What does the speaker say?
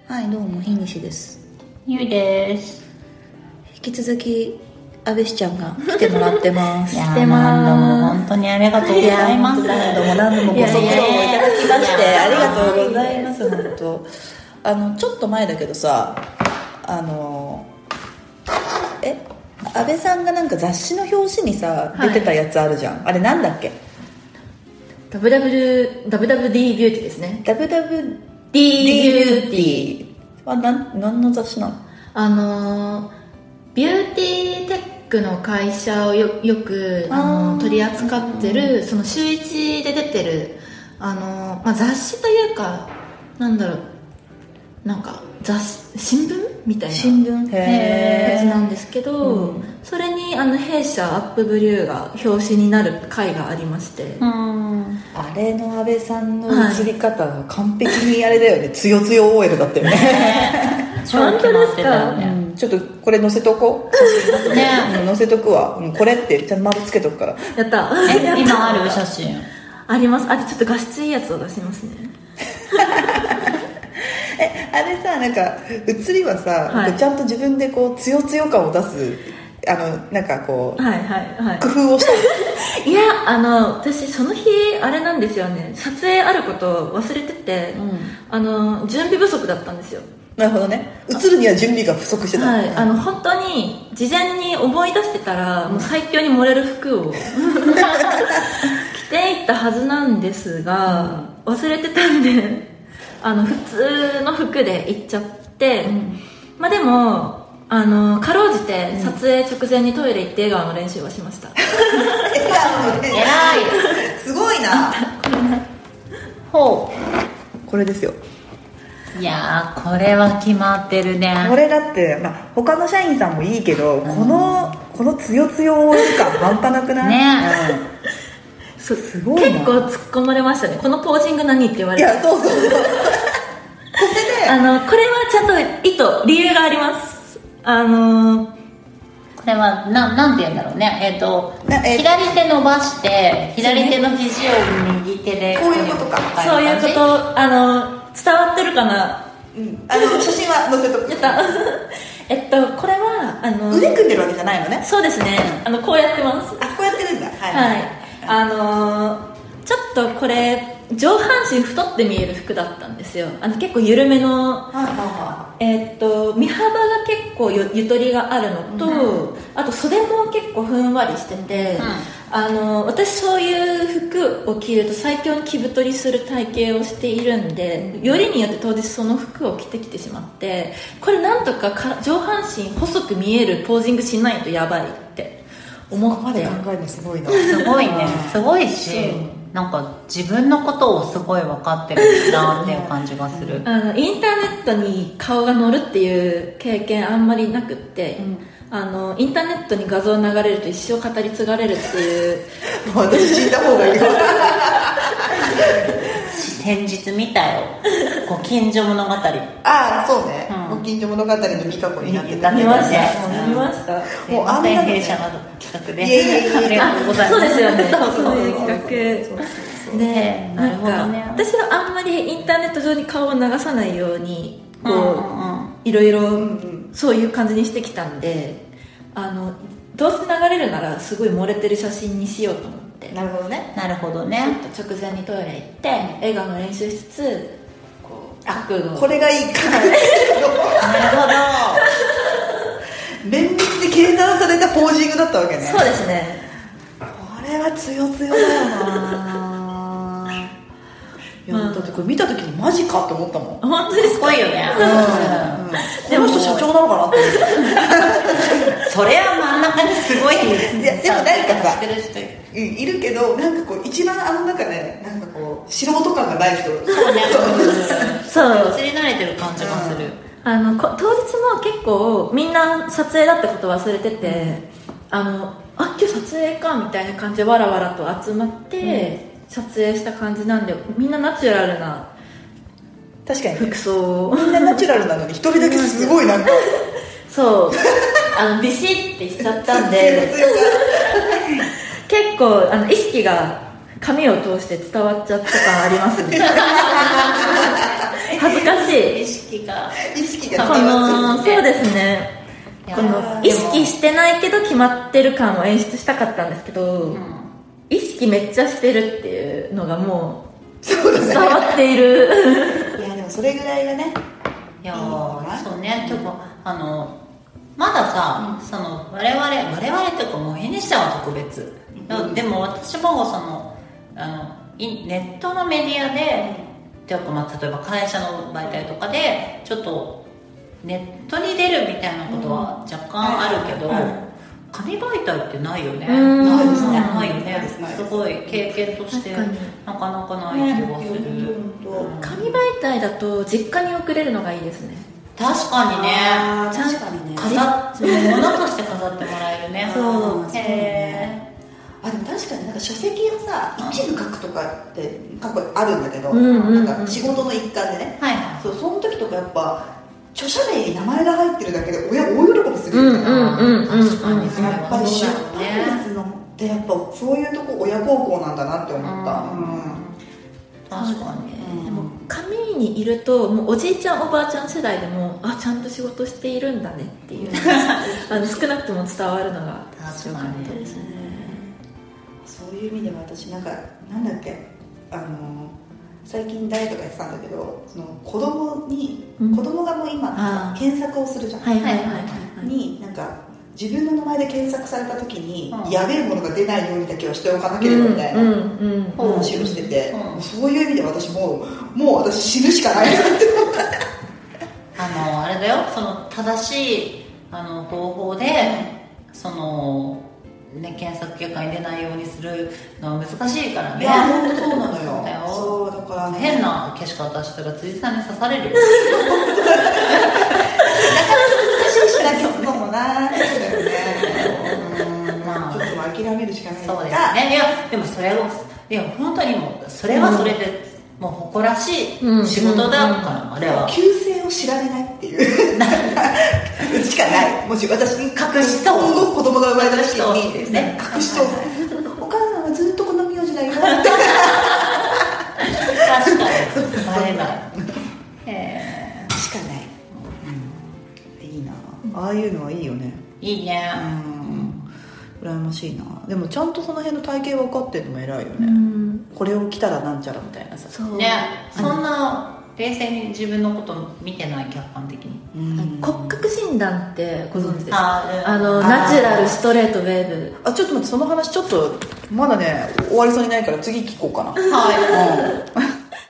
はい、どうも日西です。 ゆいです。 引き続き安倍ちゃんが来てもらってます。 来てます。何度も本当にありがとうございます。 何度もご足労をいただきましてありがとうございます。本当ちょっと前だけどさ、安倍さんがなんか雑誌の表紙にさ、出てたやつあるじゃん。あれなんだっけ ？WWD ビューティーですね。 WWD ビューティーは何の雑誌なの？ ビューティーテックの会社をよく取り扱ってる、その週一で出てる雑誌というか、なんだろう、なんか新聞みたいな新聞やつなんですけど、それに弊社アップブリューが表紙になる回がありまして、 あれの安倍さんの写り方が完璧にあれだよね、つよつよ OL だったよね。 本当ですか？ ちょっとこれ載せとこうね。載せとくわ。これってちゃんと丸つけとくから。 やった。 今ある写真あります。ちょっと画質いいやつを出しますね。 あれさ、なんか写りはさ、ちゃんと自分でこうつよつよ感を出すなんかこう、工夫をしたいや、私その日あれなんですよね、撮影あることを忘れてて、準備不足だったんですよ。 なるほどね。写るには準備が不足してた、 はい、本当に事前に思い出してたら、もう最強に盛れる服を着ていったはずなんですが、忘れてたんで普通の服で行っちゃって、でもかろうじて撮影直前にトイレ行って笑顔の練習はしました。 笑顔の練習、偉い、すごいな。 ほう、これですよ。 いやー、これは決まってるね。 これだって、他の社員さんもいいけど、このつよつよ感半端なくないね。 すごいな。結構突っ込まれましたね、このポージング何って言われて。 いや、そうこれでこれはちゃんと理由があります。 これはなんて言うんだろうね。左手伸ばして左手の肘を右手でこういうことか。 そういうこと。伝わってるかな。 写真は載せとく。 やったこれは腕組んでるわけじゃないのね。 そうですね。こうやってます。 こうやってるんだ。 はい。ちょっとこれ上半身太って見える服だったんですよ。結構緩めの、身幅が結構ゆとりがあるのと、あと袖も結構ふんわりしてて、私そういう服を着ると最強に着太りする体型をしているんで、よりによって当日その服を着てきてしまって、これなんとか上半身細く見えるポージングしないとやばいって思って。 そこまで考えるのすごいな。 すごいね。すごいし、なんか自分のことをすごい分かってるなっていう感じがする。 インターネットに顔が載るっていう経験あんまりなくって、インターネットに画像流れると一生語り継がれるっていう私死んだ方がいい。 先日見たよ、ご近所物語。 ああ、そうね、ご近所物語の美香子になってた。 見ました。見ました。 もうあんな弊社など企画でありがとうございます。 そうですよね。そういう企画で、なんか私はあんまりインターネット上に顔を流さないようにいろいろそういう感じにしてきたんで、どうせ流れるならすごい漏れてる写真にしようと思って。 なるほどね。 なるほどね。 ちょっと直前にトイレ行って笑顔の練習しつつ、角度、 これがいいか。なるほど。綿密に計算されたポージングだったわけね。 そうですね。 これはつよつよだよな。いや、だってこれ見た時にマジかと思ったもん。 本当ですか？ すごいよね。 でも社長なのかなって思って。 それは真ん中にすごい。 いや、でもなんかさ、いるけど、なんかこう一番中でなんかこう素人感がない人。 そうね。 そう。 映り慣れてる感じがする。 当日も結構みんな撮影だってこと忘れてて、今日撮影かみたいな感じでわらわらと集まって、撮影した感じなんで、みんなナチュラルな確かに服装、 みんなナチュラルなのに一人だけすごいなんかそうビシッてしちゃったんで結構意識が髪を通して伝わっちゃった感ありますね。 恥ずかしい。 意識がそうですね、この意識してないけど決まってる感を演出したかったんですけど、意識めっちゃしてるっていうのがもう伝わっている。 いやでもそれぐらいがね、 いやそうね、ちょっとまださ、その我々というかもう絵にしては特別、でも私もそのネットのメディアで例えば会社の媒体とかでちょっとネットに出るみたいなことは若干あるけど、紙媒体ってないよね。 ないですね。 ないよね。すごい経験としてなかなかない気がする。 紙媒体だと実家に送れるのがいいですね。 確かにね。 確かにね。 物として飾ってもらえるね。 そう。 でも確かになんか書籍をさ一部書くとかって過去あるんだけど、なんか仕事の一環でね、その時とかやっぱ著者名に名前が入ってるだけで親大喜びするみたいな。確かにやっぱり出版物のってやっぱそういうとこ親孝行なんだなって思った。 確かに。 でも紙にいるともうおじいちゃんおばあちゃん世代でもちゃんと仕事しているんだねっていう少なくとも伝わるのが強かったですね。 そういう意味では私なんだっけ最近誰とかやってたんだけど、その子供がもう今検索をするじゃん。になんか自分の名前で検索された時にやべえものが出ないようにだけはしておかなければみたいな話をしてて、そういう意味で私もう私死ぬしかないなって思った。 あれだよ、その正しい方法でその検索結果に出ないようにするのは難しいからね。 いや本当そうなのよ。そうだからね、 変な消し方したら辻さんに刺されるよ。 難しいしか消すのもな。そうだよね。ちょっと諦めるしかない。 そうですね。いやでもそれを本当にもうそれはそれでもう誇らしい仕事だからあれは。 旧姓を知られないっていうしかない。もし私に隠しと子供が生まれた時にですね、 隠しとお母さんはずっとこの名字だよって確かにバレない。 しかない。いいな。ああいうのはいいよね。 いいね。 羨ましいな。でもちゃんとその辺の体型分かってるのも偉いよね。これを着たらなんちゃらみたいなさ。 ね、そんな冷静に自分のこと見てない、客観的に。 骨格診断ってご存知ですか？ナチュラルストレートウェーブ。 ちょっと待って、その話ちょっとまだね終わりそうにないから次聞こうかな。 はい。